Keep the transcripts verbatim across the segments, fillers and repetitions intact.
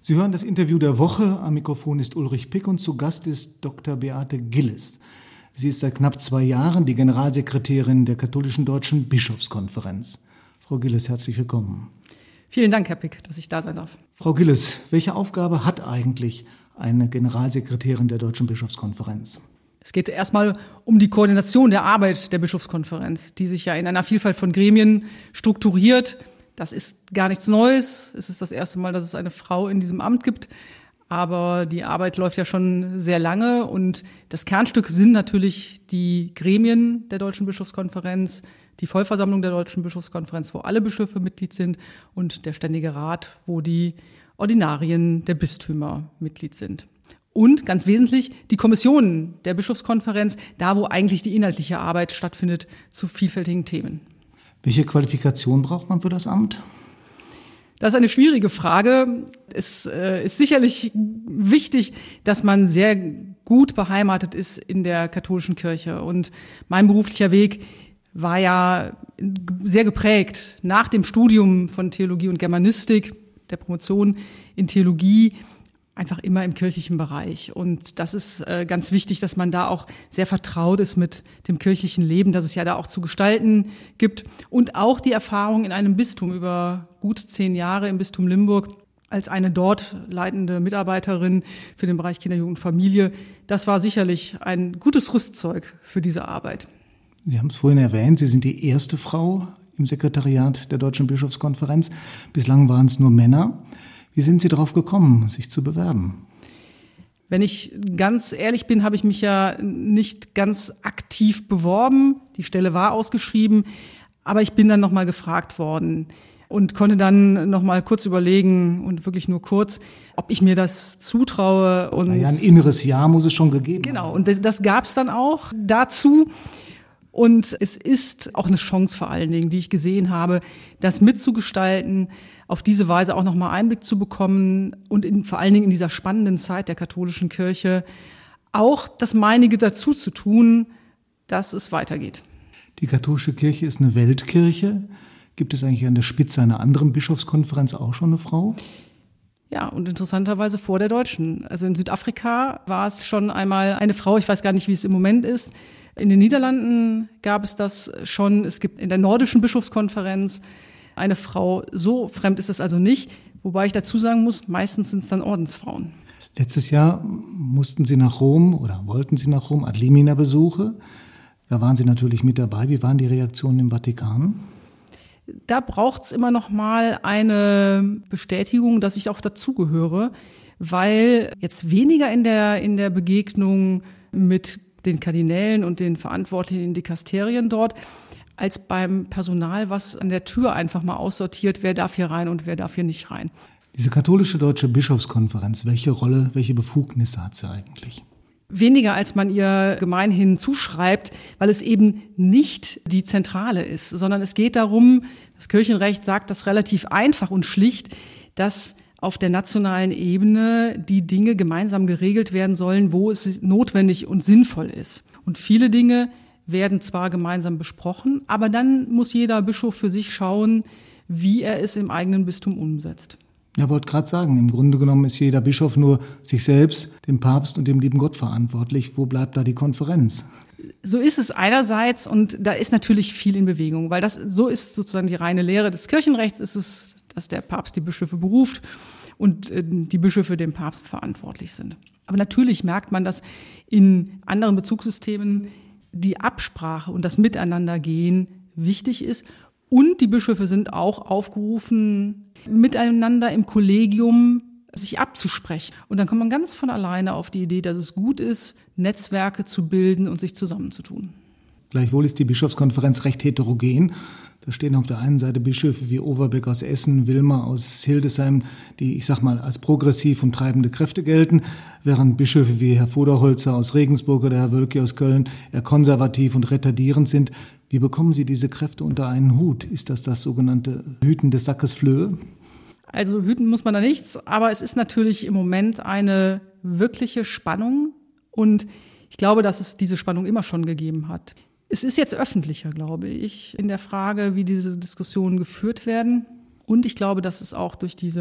Sie hören das Interview der Woche. Am Mikrofon ist Ulrich Pick und zu Gast ist Doktor Beate Gilles. Sie ist seit knapp zwei Jahren die Generalsekretärin der Katholischen Deutschen Bischofskonferenz. Frau Gilles, herzlich willkommen. Vielen Dank, Herr Pick, dass ich da sein darf. Frau Gilles, welche Aufgabe hat eigentlich eine Generalsekretärin der Deutschen Bischofskonferenz? Es geht erstmal um die Koordination der Arbeit der Bischofskonferenz, die sich ja in einer Vielfalt von Gremien strukturiert. Das ist gar nichts Neues. Es ist das erste Mal, dass es eine Frau in diesem Amt gibt. Aber die Arbeit läuft ja schon sehr lange. Und das Kernstück sind natürlich die Gremien der Deutschen Bischofskonferenz, die Vollversammlung der Deutschen Bischofskonferenz, wo alle Bischöfe Mitglied sind, und der Ständige Rat, wo die Ordinarien der Bistümer Mitglied sind. Und ganz wesentlich die Kommissionen der Bischofskonferenz, da wo eigentlich die inhaltliche Arbeit stattfindet zu vielfältigen Themen. Welche Qualifikation braucht man für das Amt? Das ist eine schwierige Frage. Es äh, ist sicherlich wichtig, dass man sehr gut beheimatet ist in der katholischen Kirche. Und mein beruflicher Weg war ja sehr geprägt nach dem Studium von Theologie und Germanistik, der Promotion in Theologie, einfach immer im kirchlichen Bereich. Und das ist äh, ganz wichtig, dass man da auch sehr vertraut ist mit dem kirchlichen Leben, das es ja da auch zu gestalten gibt. Und auch die Erfahrung in einem Bistum über gut zehn Jahre im Bistum Limburg als eine dort leitende Mitarbeiterin für den Bereich Kinder, Jugend und Familie. Das war sicherlich ein gutes Rüstzeug für diese Arbeit. Sie haben es vorhin erwähnt, Sie sind die erste Frau im Sekretariat der Deutschen Bischofskonferenz. Bislang waren es nur Männer. Wie sind Sie darauf gekommen, sich zu bewerben? Wenn ich ganz ehrlich bin, habe ich mich ja nicht ganz aktiv beworben. Die Stelle war ausgeschrieben, aber ich bin dann nochmal gefragt worden und konnte dann nochmal kurz überlegen, und wirklich nur kurz, ob ich mir das zutraue. Und naja, ein inneres Ja muss es schon gegeben haben. Genau, und das gab es dann auch dazu. Und es ist auch eine Chance vor allen Dingen, die ich gesehen habe, das mitzugestalten, auf diese Weise auch nochmal Einblick zu bekommen und in, vor allen Dingen in dieser spannenden Zeit der katholischen Kirche auch das Meinige dazu zu tun, dass es weitergeht. Die katholische Kirche ist eine Weltkirche. Gibt es eigentlich an der Spitze einer anderen Bischofskonferenz auch schon eine Frau? Ja, und interessanterweise vor der deutschen. Also in Südafrika war es schon einmal eine Frau, ich weiß gar nicht, wie es im Moment ist. In den Niederlanden gab es das schon. Es gibt in der nordischen Bischofskonferenz eine Frau. So fremd ist es also nicht. Wobei ich dazu sagen muss, meistens sind es dann Ordensfrauen. Letztes Jahr mussten Sie nach Rom oder wollten Sie nach Rom, Ad Limina Besuche. Da waren Sie natürlich mit dabei. Wie waren die Reaktionen im Vatikan? Da braucht es immer noch mal eine Bestätigung, dass ich auch dazugehöre, weil jetzt weniger in der, in der Begegnung mit den Kardinälen und den Verantwortlichen in Dikasterien dort, als beim Personal, was an der Tür einfach mal aussortiert, wer darf hier rein und wer darf hier nicht rein. Diese katholische Deutsche Bischofskonferenz, welche Rolle, welche Befugnisse hat sie eigentlich? Weniger, als man ihr gemeinhin zuschreibt, weil es eben nicht die Zentrale ist, sondern es geht darum, das Kirchenrecht sagt das relativ einfach und schlicht, dass auf der nationalen Ebene die Dinge gemeinsam geregelt werden sollen, wo es notwendig und sinnvoll ist. Und viele Dinge werden zwar gemeinsam besprochen, aber dann muss jeder Bischof für sich schauen, wie er es im eigenen Bistum umsetzt. Ja, wollte gerade sagen, im Grunde genommen ist jeder Bischof nur sich selbst, dem Papst und dem lieben Gott verantwortlich. Wo bleibt da die Konferenz? So ist es einerseits, und da ist natürlich viel in Bewegung, weil das so ist sozusagen die reine Lehre des Kirchenrechts, ist es, dass der Papst die Bischöfe beruft und die Bischöfe dem Papst verantwortlich sind. Aber natürlich merkt man, dass in anderen Bezugssystemen die Absprache und das Miteinandergehen wichtig ist. Und die Bischöfe sind auch aufgerufen, miteinander im Kollegium sich abzusprechen. Und dann kommt man ganz von alleine auf die Idee, dass es gut ist, Netzwerke zu bilden und sich zusammenzutun. Gleichwohl ist die Bischofskonferenz recht heterogen. Da stehen auf der einen Seite Bischöfe wie Overbeck aus Essen, Wilmer aus Hildesheim, die, ich sag mal, als progressiv und treibende Kräfte gelten, während Bischöfe wie Herr Voderholzer aus Regensburg oder Herr Wölki aus Köln eher konservativ und retardierend sind. Wie bekommen Sie diese Kräfte unter einen Hut? Ist das das sogenannte Hüten des Sackes Flöhe? Also hüten muss man da nichts, aber es ist natürlich im Moment eine wirkliche Spannung und ich glaube, dass es diese Spannung immer schon gegeben hat. Es ist jetzt öffentlicher, glaube ich, in der Frage, wie diese Diskussionen geführt werden. Und ich glaube, dass es auch durch diese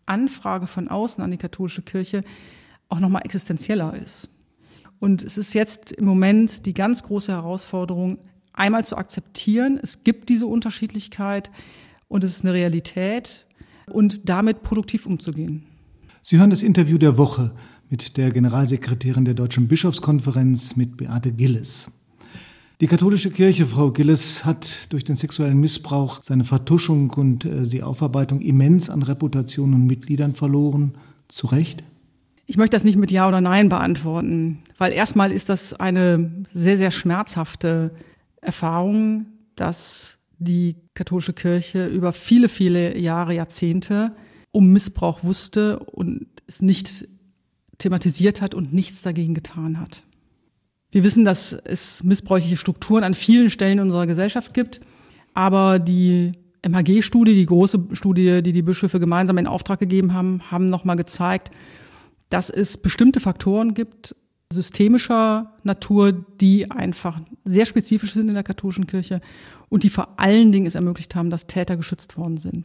Anfrage von außen an die katholische Kirche auch nochmal existenzieller ist. Und es ist jetzt im Moment die ganz große Herausforderung, einmal zu akzeptieren, es gibt diese Unterschiedlichkeit und es ist eine Realität und damit produktiv umzugehen. Sie hören das Interview der Woche mit der Generalsekretärin der Deutschen Bischofskonferenz, mit Beate Gilles. Die katholische Kirche, Frau Gilles, hat durch den sexuellen Missbrauch, seine Vertuschung und äh, die Aufarbeitung immens an Reputation und Mitgliedern verloren. Zu Recht? Ich möchte das nicht mit Ja oder Nein beantworten, weil erstmal ist das eine sehr, sehr schmerzhafte Erfahrung, dass die katholische Kirche über viele, viele Jahre, Jahrzehnte um Missbrauch wusste und es nicht thematisiert hat und nichts dagegen getan hat. Wir wissen, dass es missbräuchliche Strukturen an vielen Stellen unserer Gesellschaft gibt, aber die M H G-Studie, die große Studie, die die Bischöfe gemeinsam in Auftrag gegeben haben, haben nochmal gezeigt, dass es bestimmte Faktoren gibt, systemischer Natur, die einfach sehr spezifisch sind in der katholischen Kirche und die vor allen Dingen es ermöglicht haben, dass Täter geschützt worden sind.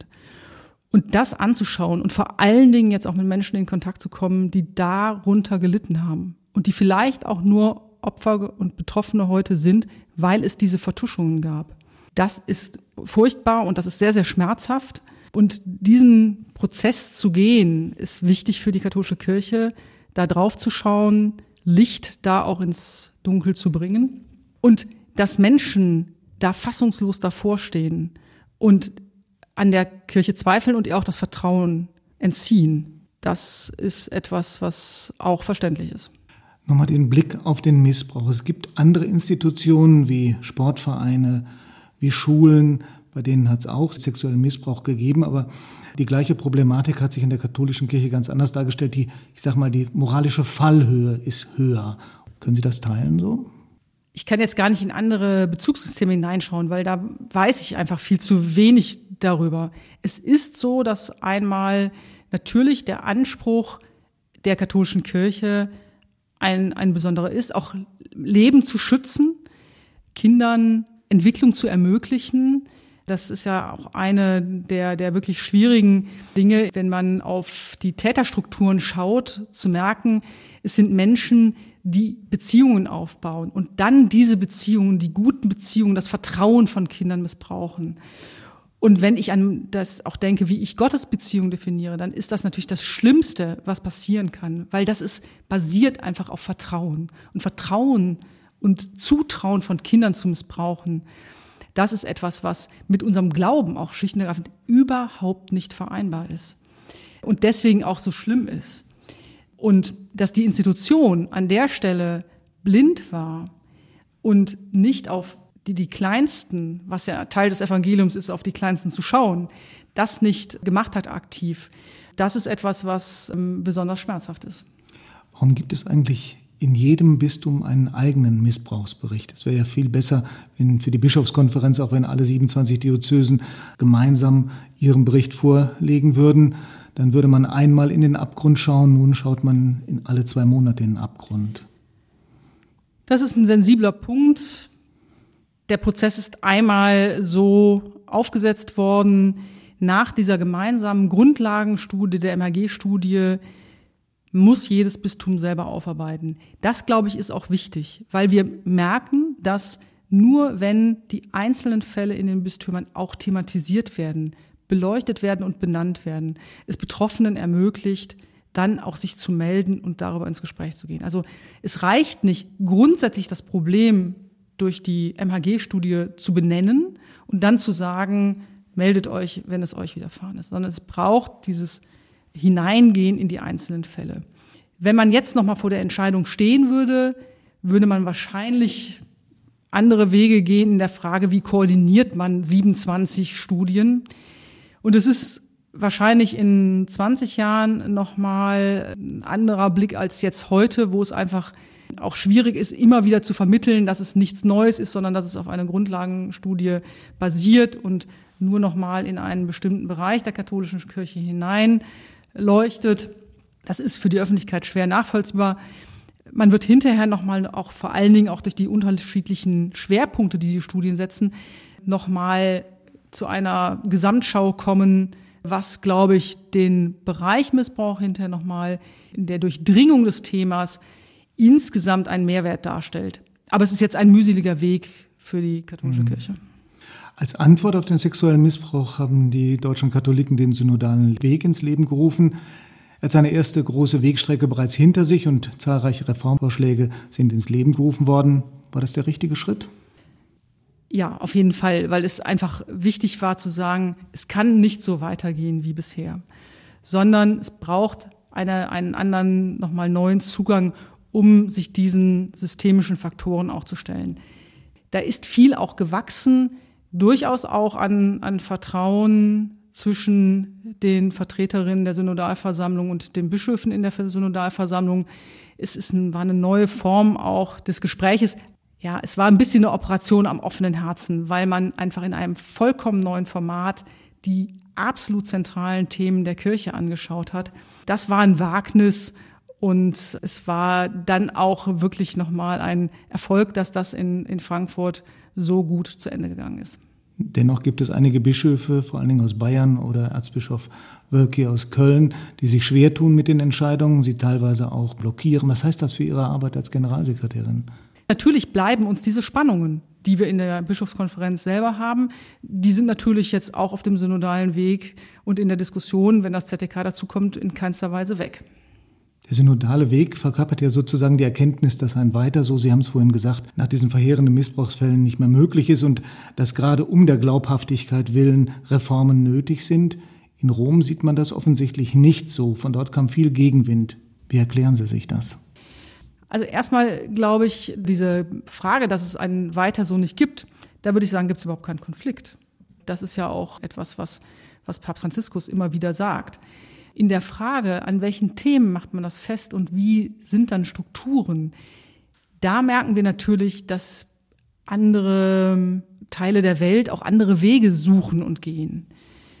Und das anzuschauen und vor allen Dingen jetzt auch mit Menschen in Kontakt zu kommen, die darunter gelitten haben und die vielleicht auch nur Opfer und Betroffene heute sind, weil es diese Vertuschungen gab. Das ist furchtbar und das ist sehr, sehr schmerzhaft. Und diesen Prozess zu gehen, ist wichtig für die katholische Kirche, da drauf zu schauen, Licht da auch ins Dunkel zu bringen. Und dass Menschen da fassungslos davor stehen und an der Kirche zweifeln und ihr auch das Vertrauen entziehen, das ist etwas, was auch verständlich ist. Nochmal den Blick auf den Missbrauch. Es gibt andere Institutionen wie Sportvereine, wie Schulen, bei denen hat es auch sexuellen Missbrauch gegeben, aber die gleiche Problematik hat sich in der katholischen Kirche ganz anders dargestellt. Die, ich sag mal, die moralische Fallhöhe ist höher. Können Sie das teilen so? Ich kann jetzt gar nicht in andere Bezugssysteme hineinschauen, weil da weiß ich einfach viel zu wenig darüber. Es ist so, dass einmal natürlich der Anspruch der katholischen Kirche ein, ein besonderer ist, auch Leben zu schützen, Kindern Entwicklung zu ermöglichen. Das ist ja auch eine der, der wirklich schwierigen Dinge, wenn man auf die Täterstrukturen schaut, zu merken, es sind Menschen, die Beziehungen aufbauen und dann diese Beziehungen, die guten Beziehungen, das Vertrauen von Kindern missbrauchen. Und wenn ich an das auch denke, wie ich Gottes Beziehung definiere, dann ist das natürlich das Schlimmste, was passieren kann, weil das ist basiert einfach auf Vertrauen. Und Vertrauen und Zutrauen von Kindern zu missbrauchen, das ist etwas, was mit unserem Glauben auch schlicht und ergreifend überhaupt nicht vereinbar ist und deswegen auch so schlimm ist. Und dass die Institution an der Stelle blind war und nicht auf die, die Kleinsten, was ja Teil des Evangeliums ist, auf die Kleinsten zu schauen, das nicht gemacht hat aktiv, das ist etwas, was ähm, besonders schmerzhaft ist. Warum gibt es eigentlich in jedem Bistum einen eigenen Missbrauchsbericht? Es wäre ja viel besser, wenn für die Bischofskonferenz, auch wenn alle siebenundzwanzig Diözesen gemeinsam ihren Bericht vorlegen würden, dann würde man einmal in den Abgrund schauen, nun schaut man in alle zwei Monate in den Abgrund. Das ist ein sensibler Punkt. Der Prozess ist einmal so aufgesetzt worden, nach dieser gemeinsamen Grundlagenstudie, der M H G-Studie, muss jedes Bistum selber aufarbeiten. Das, glaube ich, ist auch wichtig, weil wir merken, dass nur wenn die einzelnen Fälle in den Bistümern auch thematisiert werden, beleuchtet werden und benannt werden, es Betroffenen ermöglicht, dann auch sich zu melden und darüber ins Gespräch zu gehen. Also es reicht nicht, grundsätzlich das Problem durch die M H G-Studie zu benennen und dann zu sagen, meldet euch, wenn es euch widerfahren ist, sondern es braucht dieses Hineingehen in die einzelnen Fälle. Wenn man jetzt noch mal vor der Entscheidung stehen würde, würde man wahrscheinlich andere Wege gehen in der Frage, wie koordiniert man siebenundzwanzig Studien. Und es ist wahrscheinlich in zwanzig Jahren noch mal ein anderer Blick als jetzt heute, wo es einfach auch schwierig ist, immer wieder zu vermitteln, dass es nichts Neues ist, sondern dass es auf einer Grundlagenstudie basiert und nur noch mal in einen bestimmten Bereich der katholischen Kirche hineinleuchtet. Das ist für die Öffentlichkeit schwer nachvollziehbar. Man wird hinterher noch mal auch vor allen Dingen auch durch die unterschiedlichen Schwerpunkte, die die Studien setzen, noch mal zu einer Gesamtschau kommen, was, glaube ich, den Bereich Missbrauch hinterher nochmal in der Durchdringung des Themas insgesamt einen Mehrwert darstellt. Aber es ist jetzt ein mühseliger Weg für die katholische mhm. Kirche. Als Antwort auf den sexuellen Missbrauch haben die deutschen Katholiken den synodalen Weg ins Leben gerufen. Er hat seine erste große Wegstrecke bereits hinter sich und zahlreiche Reformvorschläge sind ins Leben gerufen worden. War das der richtige Schritt? Ja, auf jeden Fall, weil es einfach wichtig war zu sagen, es kann nicht so weitergehen wie bisher, sondern es braucht eine, einen anderen, nochmal neuen Zugang, um sich diesen systemischen Faktoren auch zu stellen. Da ist viel auch gewachsen, durchaus auch an, an Vertrauen zwischen den Vertreterinnen der Synodalversammlung und den Bischöfen in der Synodalversammlung. Es ist ein, war eine neue Form auch des Gespräches. Ja, es war ein bisschen eine Operation am offenen Herzen, weil man einfach in einem vollkommen neuen Format die absolut zentralen Themen der Kirche angeschaut hat. Das war ein Wagnis und es war dann auch wirklich nochmal ein Erfolg, dass das in, in Frankfurt so gut zu Ende gegangen ist. Dennoch gibt es einige Bischöfe, vor allen Dingen aus Bayern oder Erzbischof Wölki aus Köln, die sich schwer tun mit den Entscheidungen, sie teilweise auch blockieren. Was heißt das für Ihre Arbeit als Generalsekretärin? Natürlich bleiben uns diese Spannungen, die wir in der Bischofskonferenz selber haben, die sind natürlich jetzt auch auf dem synodalen Weg und in der Diskussion, wenn das Z D K dazu kommt, in keinster Weise weg. Der synodale Weg verkörpert ja sozusagen die Erkenntnis, dass ein Weiter, so Sie haben es vorhin gesagt, nach diesen verheerenden Missbrauchsfällen nicht mehr möglich ist und dass gerade um der Glaubhaftigkeit willen Reformen nötig sind. In Rom sieht man das offensichtlich nicht so. Von dort kam viel Gegenwind. Wie erklären Sie sich das? Also erstmal glaube ich, diese Frage, dass es einen Weiter so nicht gibt, da würde ich sagen, gibt es überhaupt keinen Konflikt. Das ist ja auch etwas, was, was Papst Franziskus immer wieder sagt. In der Frage, an welchen Themen macht man das fest und wie sind dann Strukturen, da merken wir natürlich, dass andere Teile der Welt auch andere Wege suchen und gehen.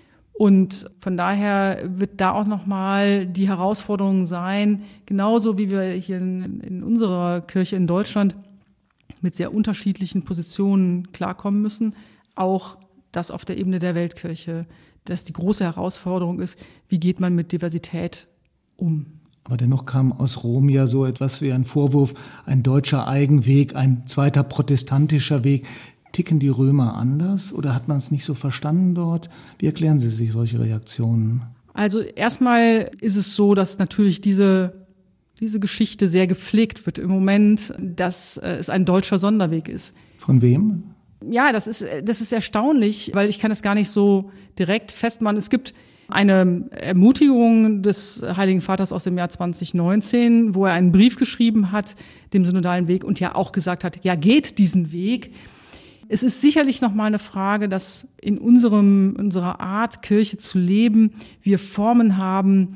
Und von daher wird da auch nochmal die Herausforderung sein, genauso wie wir hier in, in unserer Kirche in Deutschland mit sehr unterschiedlichen Positionen klarkommen müssen, auch das auf der Ebene der Weltkirche, dass die große Herausforderung ist, wie geht man mit Diversität um. Aber dennoch kam aus Rom ja so etwas wie ein Vorwurf, ein deutscher Eigenweg, ein zweiter protestantischer Weg. Ticken die Römer anders oder hat man es nicht so verstanden dort? Wie erklären Sie sich solche Reaktionen? Also erstmal ist es so, dass natürlich diese, diese Geschichte sehr gepflegt wird im Moment, dass es ein deutscher Sonderweg ist. Von wem? Ja, das ist, das ist erstaunlich, weil ich kann es gar nicht so direkt festmachen. Es gibt eine Ermutigung des Heiligen Vaters aus dem Jahr zwanzig neunzehn, wo er einen Brief geschrieben hat, dem synodalen Weg, und ja auch gesagt hat, ja, geht diesen Weg. Es ist sicherlich nochmal eine Frage, dass in unserem, unserer Art, Kirche zu leben, wir Formen haben,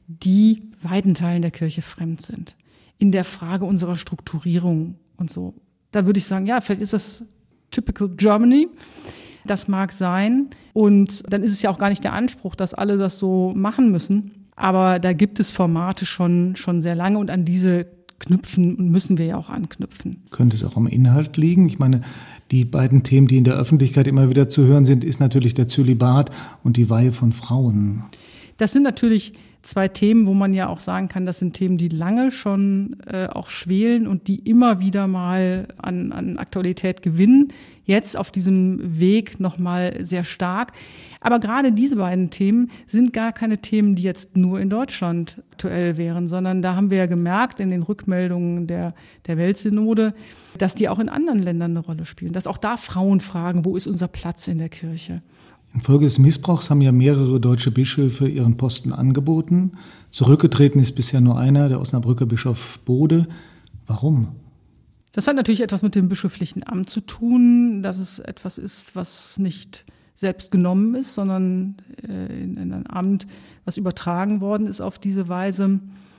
die weiten Teilen der Kirche fremd sind. In der Frage unserer Strukturierung und so. Da würde ich sagen, ja, vielleicht ist das typical Germany. Das mag sein. Und dann ist es ja auch gar nicht der Anspruch, dass alle das so machen müssen. Aber da gibt es Formate schon, schon sehr lange und an diese knüpfen und müssen wir ja auch anknüpfen. Könnte es auch am Inhalt liegen? Ich meine, die beiden Themen, die in der Öffentlichkeit immer wieder zu hören sind, ist natürlich der Zölibat und die Weihe von Frauen. Das sind natürlich zwei Themen, wo man ja auch sagen kann, das sind Themen, die lange schon äh, auch schwelen und die immer wieder mal an, an Aktualität gewinnen. Jetzt auf diesem Weg nochmal sehr stark. Aber gerade diese beiden Themen sind gar keine Themen, die jetzt nur in Deutschland aktuell wären, sondern da haben wir ja gemerkt in den Rückmeldungen der, der Weltsynode, dass die auch in anderen Ländern eine Rolle spielen. Dass auch da Frauen fragen, wo ist unser Platz in der Kirche? Infolge des Missbrauchs haben ja mehrere deutsche Bischöfe ihren Posten angeboten. Zurückgetreten ist bisher nur einer, der Osnabrücker Bischof Bode. Warum? Das hat natürlich etwas mit dem bischöflichen Amt zu tun, dass es etwas ist, was nicht selbst genommen ist, sondern in ein Amt, was übertragen worden ist auf diese Weise.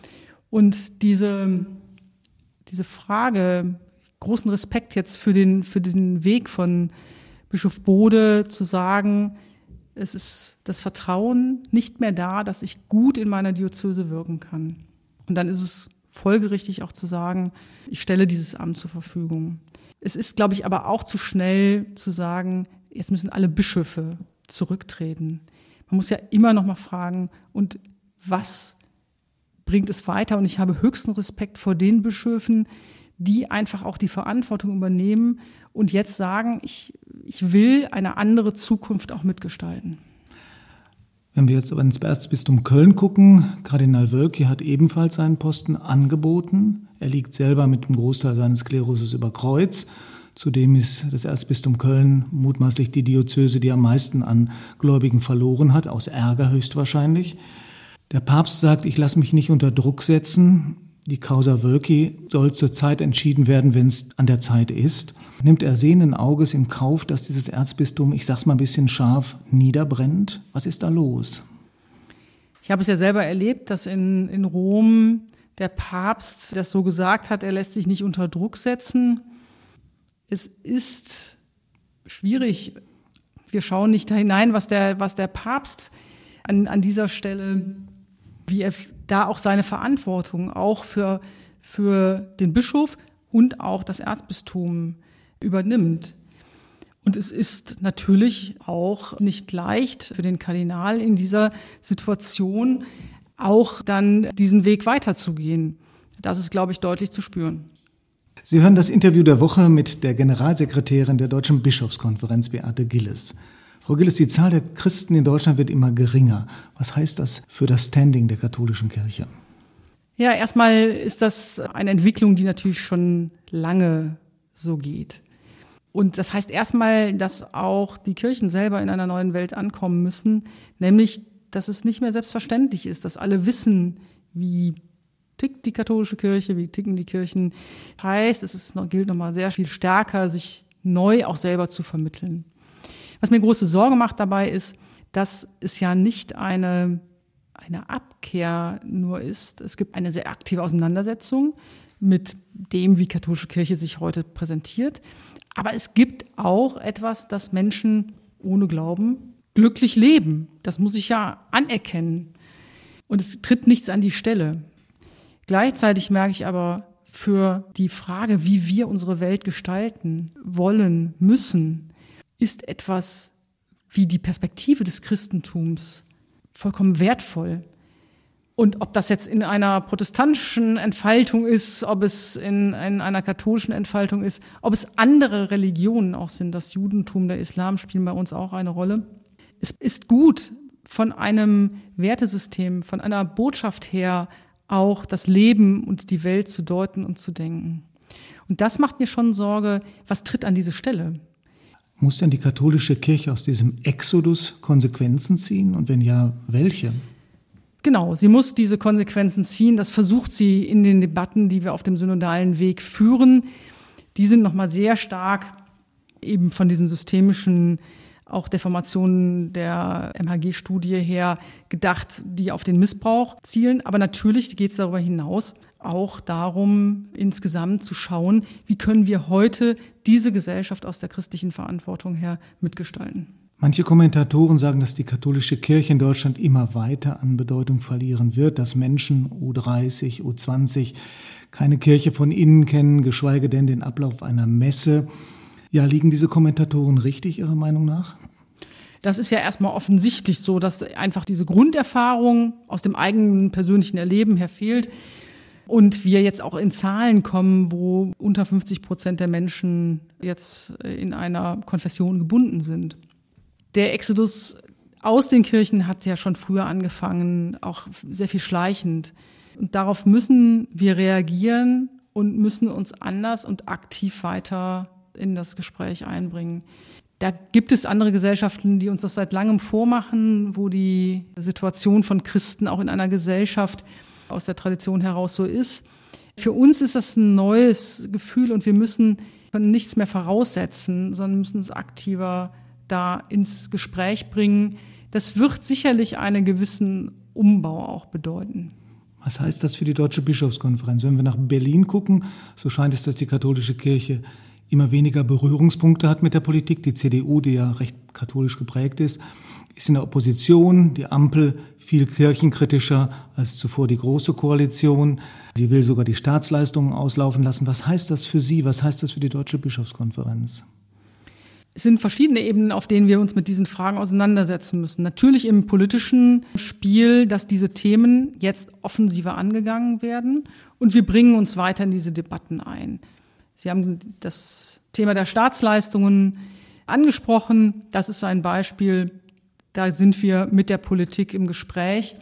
Und diese, diese Frage, großen Respekt jetzt für den, für den Weg von Bischof Bode zu sagen, es ist das Vertrauen nicht mehr da, dass ich gut in meiner Diözese wirken kann. Und dann ist es folgerichtig auch zu sagen, ich stelle dieses Amt zur Verfügung. Es ist, glaube ich, aber auch zu schnell zu sagen, jetzt müssen alle Bischöfe zurücktreten. Man muss ja immer noch mal fragen, und was bringt es weiter? Und ich habe höchsten Respekt vor den Bischöfen, die einfach auch die Verantwortung übernehmen und jetzt sagen, ich, ich will eine andere Zukunft auch mitgestalten. Wenn wir jetzt aber ins Erzbistum Köln gucken, Kardinal Wölki hat ebenfalls seinen Posten angeboten. Er liegt selber mit dem Großteil seines Klerus über Kreuz. Zudem ist das Erzbistum Köln mutmaßlich die Diözese, die am meisten an Gläubigen verloren hat, aus Ärger höchstwahrscheinlich. Der Papst sagt, ich lasse mich nicht unter Druck setzen. Die Causa Wölki soll zur Zeit entschieden werden, wenn es an der Zeit ist. Nimmt er sehenden Auges in Kauf, dass dieses Erzbistum, ich sag's mal ein bisschen scharf, niederbrennt? Was ist da los? Ich habe es ja selber erlebt, dass in, in Rom der Papst das so gesagt hat, er lässt sich nicht unter Druck setzen. Es ist schwierig. Wir schauen nicht da hinein, was der, was der Papst an, an dieser Stelle, wie er da auch seine Verantwortung auch für, für den Bischof und auch das Erzbistum übernimmt. Und es ist natürlich auch nicht leicht für den Kardinal in dieser Situation auch dann diesen Weg weiterzugehen. Das ist, glaube ich, deutlich zu spüren. Sie hören das Interview der Woche mit der Generalsekretärin der Deutschen Bischofskonferenz, Beate Gilles. Frau Gilles, die Zahl der Christen in Deutschland wird immer geringer. Was heißt das für das Standing der katholischen Kirche? Ja, erstmal ist das eine Entwicklung, die natürlich schon lange so geht. Und das heißt erstmal, dass auch die Kirchen selber in einer neuen Welt ankommen müssen, nämlich, dass es nicht mehr selbstverständlich ist, dass alle wissen, wie tickt die katholische Kirche, wie ticken die Kirchen. Heißt, es ist noch, gilt nochmal sehr viel stärker, sich neu auch selber zu vermitteln. Was mir große Sorge macht dabei ist, dass es ja nicht eine, eine Abkehr nur ist. Es gibt eine sehr aktive Auseinandersetzung mit dem, wie katholische Kirche sich heute präsentiert. Aber es gibt auch etwas, dass Menschen ohne Glauben glücklich leben. Das muss ich ja anerkennen. Und es tritt nichts an die Stelle. Gleichzeitig merke ich aber, für die Frage, wie wir unsere Welt gestalten wollen, müssen, ist etwas wie die Perspektive des Christentums vollkommen wertvoll. Und ob das jetzt in einer protestantischen Entfaltung ist, ob es in, in einer katholischen Entfaltung ist, ob es andere Religionen auch sind, das Judentum, der Islam spielen bei uns auch eine Rolle. Es ist gut, von einem Wertesystem, von einer Botschaft her auch das Leben und die Welt zu deuten und zu denken. Und das macht mir schon Sorge, was tritt an diese Stelle? Muss denn die katholische Kirche aus diesem Exodus Konsequenzen ziehen? Und wenn ja, welche? Genau, sie muss diese Konsequenzen ziehen. Das versucht sie in den Debatten, die wir auf dem synodalen Weg führen. Die sind nochmal sehr stark eben von diesen systemischen, auch Deformationen der M H G-Studie her gedacht, die auf den Missbrauch zielen. Aber natürlich geht es darüber hinaus auch darum, insgesamt zu schauen, wie können wir heute diese Gesellschaft aus der christlichen Verantwortung her mitgestalten. Manche Kommentatoren sagen, dass die katholische Kirche in Deutschland immer weiter an Bedeutung verlieren wird, dass Menschen U dreißig, U zwanzig keine Kirche von innen kennen, geschweige denn den Ablauf einer Messe. Ja, liegen diese Kommentatoren richtig, Ihrer Meinung nach? Das ist ja erstmal offensichtlich so, dass einfach diese Grunderfahrung aus dem eigenen persönlichen Erleben her fehlt. Und wir jetzt auch in Zahlen kommen, wo unter fünfzig Prozent der Menschen jetzt in einer Konfession gebunden sind. Der Exodus aus den Kirchen hat ja schon früher angefangen, auch sehr viel schleichend. Und darauf müssen wir reagieren und müssen uns anders und aktiv weiter in das Gespräch einbringen. Da gibt es andere Gesellschaften, die uns das seit langem vormachen, wo die Situation von Christen auch in einer Gesellschaft aus der Tradition heraus so ist. Für uns ist das ein neues Gefühl und wir müssen können nichts mehr voraussetzen, sondern müssen uns aktiver da ins Gespräch bringen. Das wird sicherlich einen gewissen Umbau auch bedeuten. Was heißt das für die Deutsche Bischofskonferenz? Wenn wir nach Berlin gucken, so scheint es, dass die katholische Kirche immer weniger Berührungspunkte hat mit der Politik. Die C D U, die ja recht katholisch geprägt ist, ist in der Opposition. Die Ampel viel kirchenkritischer als zuvor die Große Koalition. Sie will sogar die Staatsleistungen auslaufen lassen. Was heißt das für Sie? Was heißt das für die Deutsche Bischofskonferenz? Es sind verschiedene Ebenen, auf denen wir uns mit diesen Fragen auseinandersetzen müssen. Natürlich im politischen Spiel, dass diese Themen jetzt offensiver angegangen werden und wir bringen uns weiter in diese Debatten ein. Sie haben das Thema der Staatsleistungen angesprochen. Das ist ein Beispiel, da sind wir mit der Politik im Gespräch.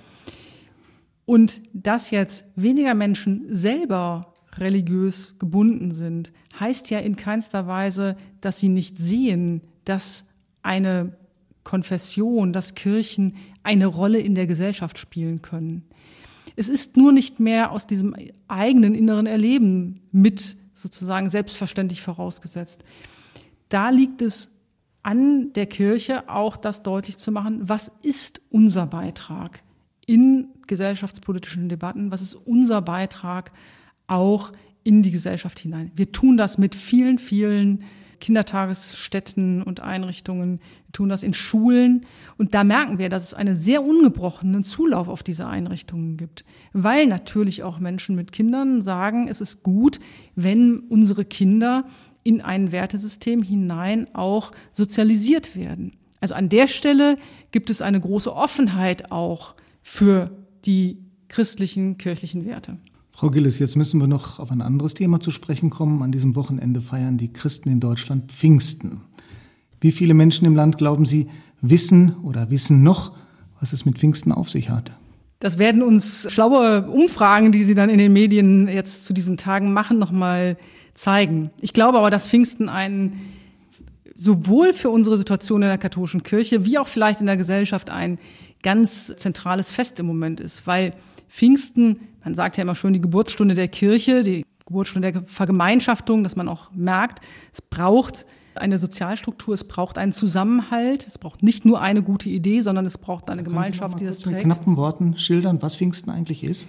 Und dass jetzt weniger Menschen selber religiös gebunden sind, heißt ja in keinster Weise, dass sie nicht sehen, dass eine Konfession, dass Kirchen eine Rolle in der Gesellschaft spielen können. Es ist nur nicht mehr aus diesem eigenen inneren Erleben mit sozusagen selbstverständlich vorausgesetzt. Da liegt es an der Kirche auch das deutlich zu machen, was ist unser Beitrag in gesellschaftspolitischen Debatten, was ist unser Beitrag auch in die Gesellschaft hinein. Wir tun das mit vielen, vielen Kindertagesstätten und Einrichtungen, wir tun das in Schulen und da merken wir, dass es einen sehr ungebrochenen Zulauf auf diese Einrichtungen gibt, weil natürlich auch Menschen mit Kindern sagen, es ist gut, wenn unsere Kinder in ein Wertesystem hinein auch sozialisiert werden. Also an der Stelle gibt es eine große Offenheit auch für die christlichen, kirchlichen Werte. Frau Gillis, jetzt müssen wir noch auf ein anderes Thema zu sprechen kommen. An diesem Wochenende feiern die Christen in Deutschland Pfingsten. Wie viele Menschen im Land, glauben Sie, wissen oder wissen noch, was es mit Pfingsten auf sich hat? Das werden uns schlaue Umfragen, die Sie dann in den Medien jetzt zu diesen Tagen machen, nochmal zeigen. Ich glaube aber, dass Pfingsten ein sowohl für unsere Situation in der katholischen Kirche wie auch vielleicht in der Gesellschaft ein ganz zentrales Fest im Moment ist, weil Pfingsten, man sagt ja immer schön, die Geburtsstunde der Kirche, die Geburtsstunde der Vergemeinschaftung, dass man auch merkt, es braucht eine Sozialstruktur, es braucht einen Zusammenhalt, es braucht nicht nur eine gute Idee, sondern es braucht eine Können Gemeinschaft, die das trägt. Mit knappen Worten schildern, was Pfingsten eigentlich ist?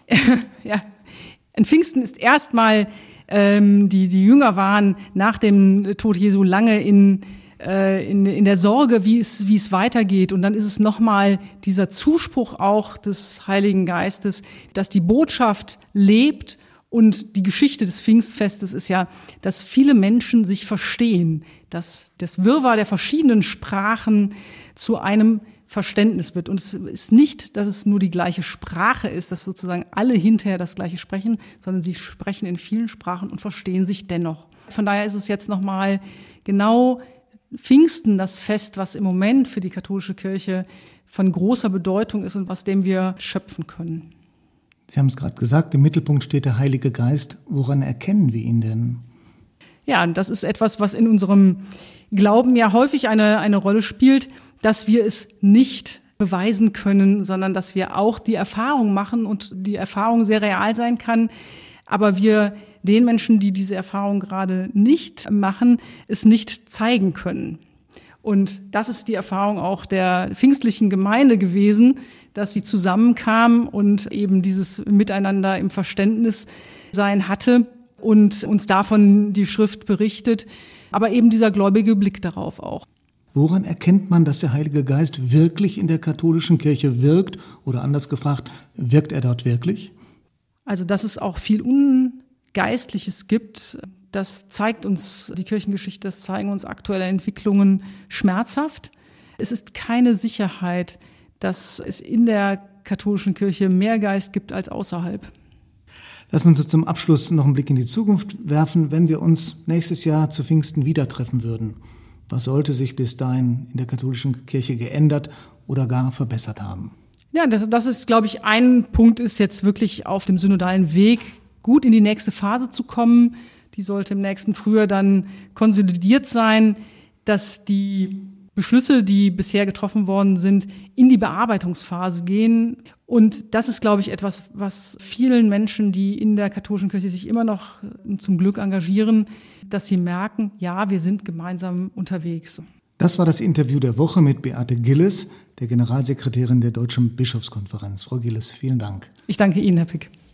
Ja, ein Pfingsten ist erstmal, ähm, die, die Jünger waren nach dem Tod Jesu lange in In, in der Sorge, wie es, wie es weitergeht. Und dann ist es nochmal dieser Zuspruch auch des Heiligen Geistes, dass die Botschaft lebt. Und die Geschichte des Pfingstfestes ist ja, dass viele Menschen sich verstehen, dass das Wirrwarr der verschiedenen Sprachen zu einem Verständnis wird. Und es ist nicht, dass es nur die gleiche Sprache ist, dass sozusagen alle hinterher das Gleiche sprechen, sondern sie sprechen in vielen Sprachen und verstehen sich dennoch. Von daher ist es jetzt nochmal genau Pfingsten, das Fest, was im Moment für die katholische Kirche von großer Bedeutung ist und aus dem wir schöpfen können. Sie haben es gerade gesagt, im Mittelpunkt steht der Heilige Geist. Woran erkennen wir ihn denn? Ja, das ist etwas, was in unserem Glauben ja häufig eine, eine Rolle spielt, dass wir es nicht beweisen können, sondern dass wir auch die Erfahrung machen und die Erfahrung sehr real sein kann, aber wir den Menschen, die diese Erfahrung gerade nicht machen, es nicht zeigen können. Und das ist die Erfahrung auch der pfingstlichen Gemeinde gewesen, dass sie zusammenkam und eben dieses Miteinander im Verständnis sein hatte und uns davon die Schrift berichtet, aber eben dieser gläubige Blick darauf auch. Woran erkennt man, dass der Heilige Geist wirklich in der katholischen Kirche wirkt? Oder anders gefragt, wirkt er dort wirklich? Also, dass es auch viel Ungeistliches gibt, das zeigt uns die Kirchengeschichte, das zeigen uns aktuelle Entwicklungen schmerzhaft. Es ist keine Sicherheit, dass es in der katholischen Kirche mehr Geist gibt als außerhalb. Lassen Sie uns zum Abschluss noch einen Blick in die Zukunft werfen. Wenn wir uns nächstes Jahr zu Pfingsten wieder treffen würden, was sollte sich bis dahin in der katholischen Kirche geändert oder gar verbessert haben? Ja, das, das ist, glaube ich, ein Punkt ist jetzt wirklich auf dem synodalen Weg gut in die nächste Phase zu kommen. Die sollte im nächsten Frühjahr dann konsolidiert sein, dass die Beschlüsse, die bisher getroffen worden sind, in die Bearbeitungsphase gehen. Und das ist, glaube ich, etwas, was vielen Menschen, die in der katholischen Kirche sich immer noch zum Glück engagieren, dass sie merken, ja, wir sind gemeinsam unterwegs. Das war das Interview der Woche mit Beate Gillis, der Generalsekretärin der Deutschen Bischofskonferenz. Frau Gillis, vielen Dank. Ich danke Ihnen, Herr Pick.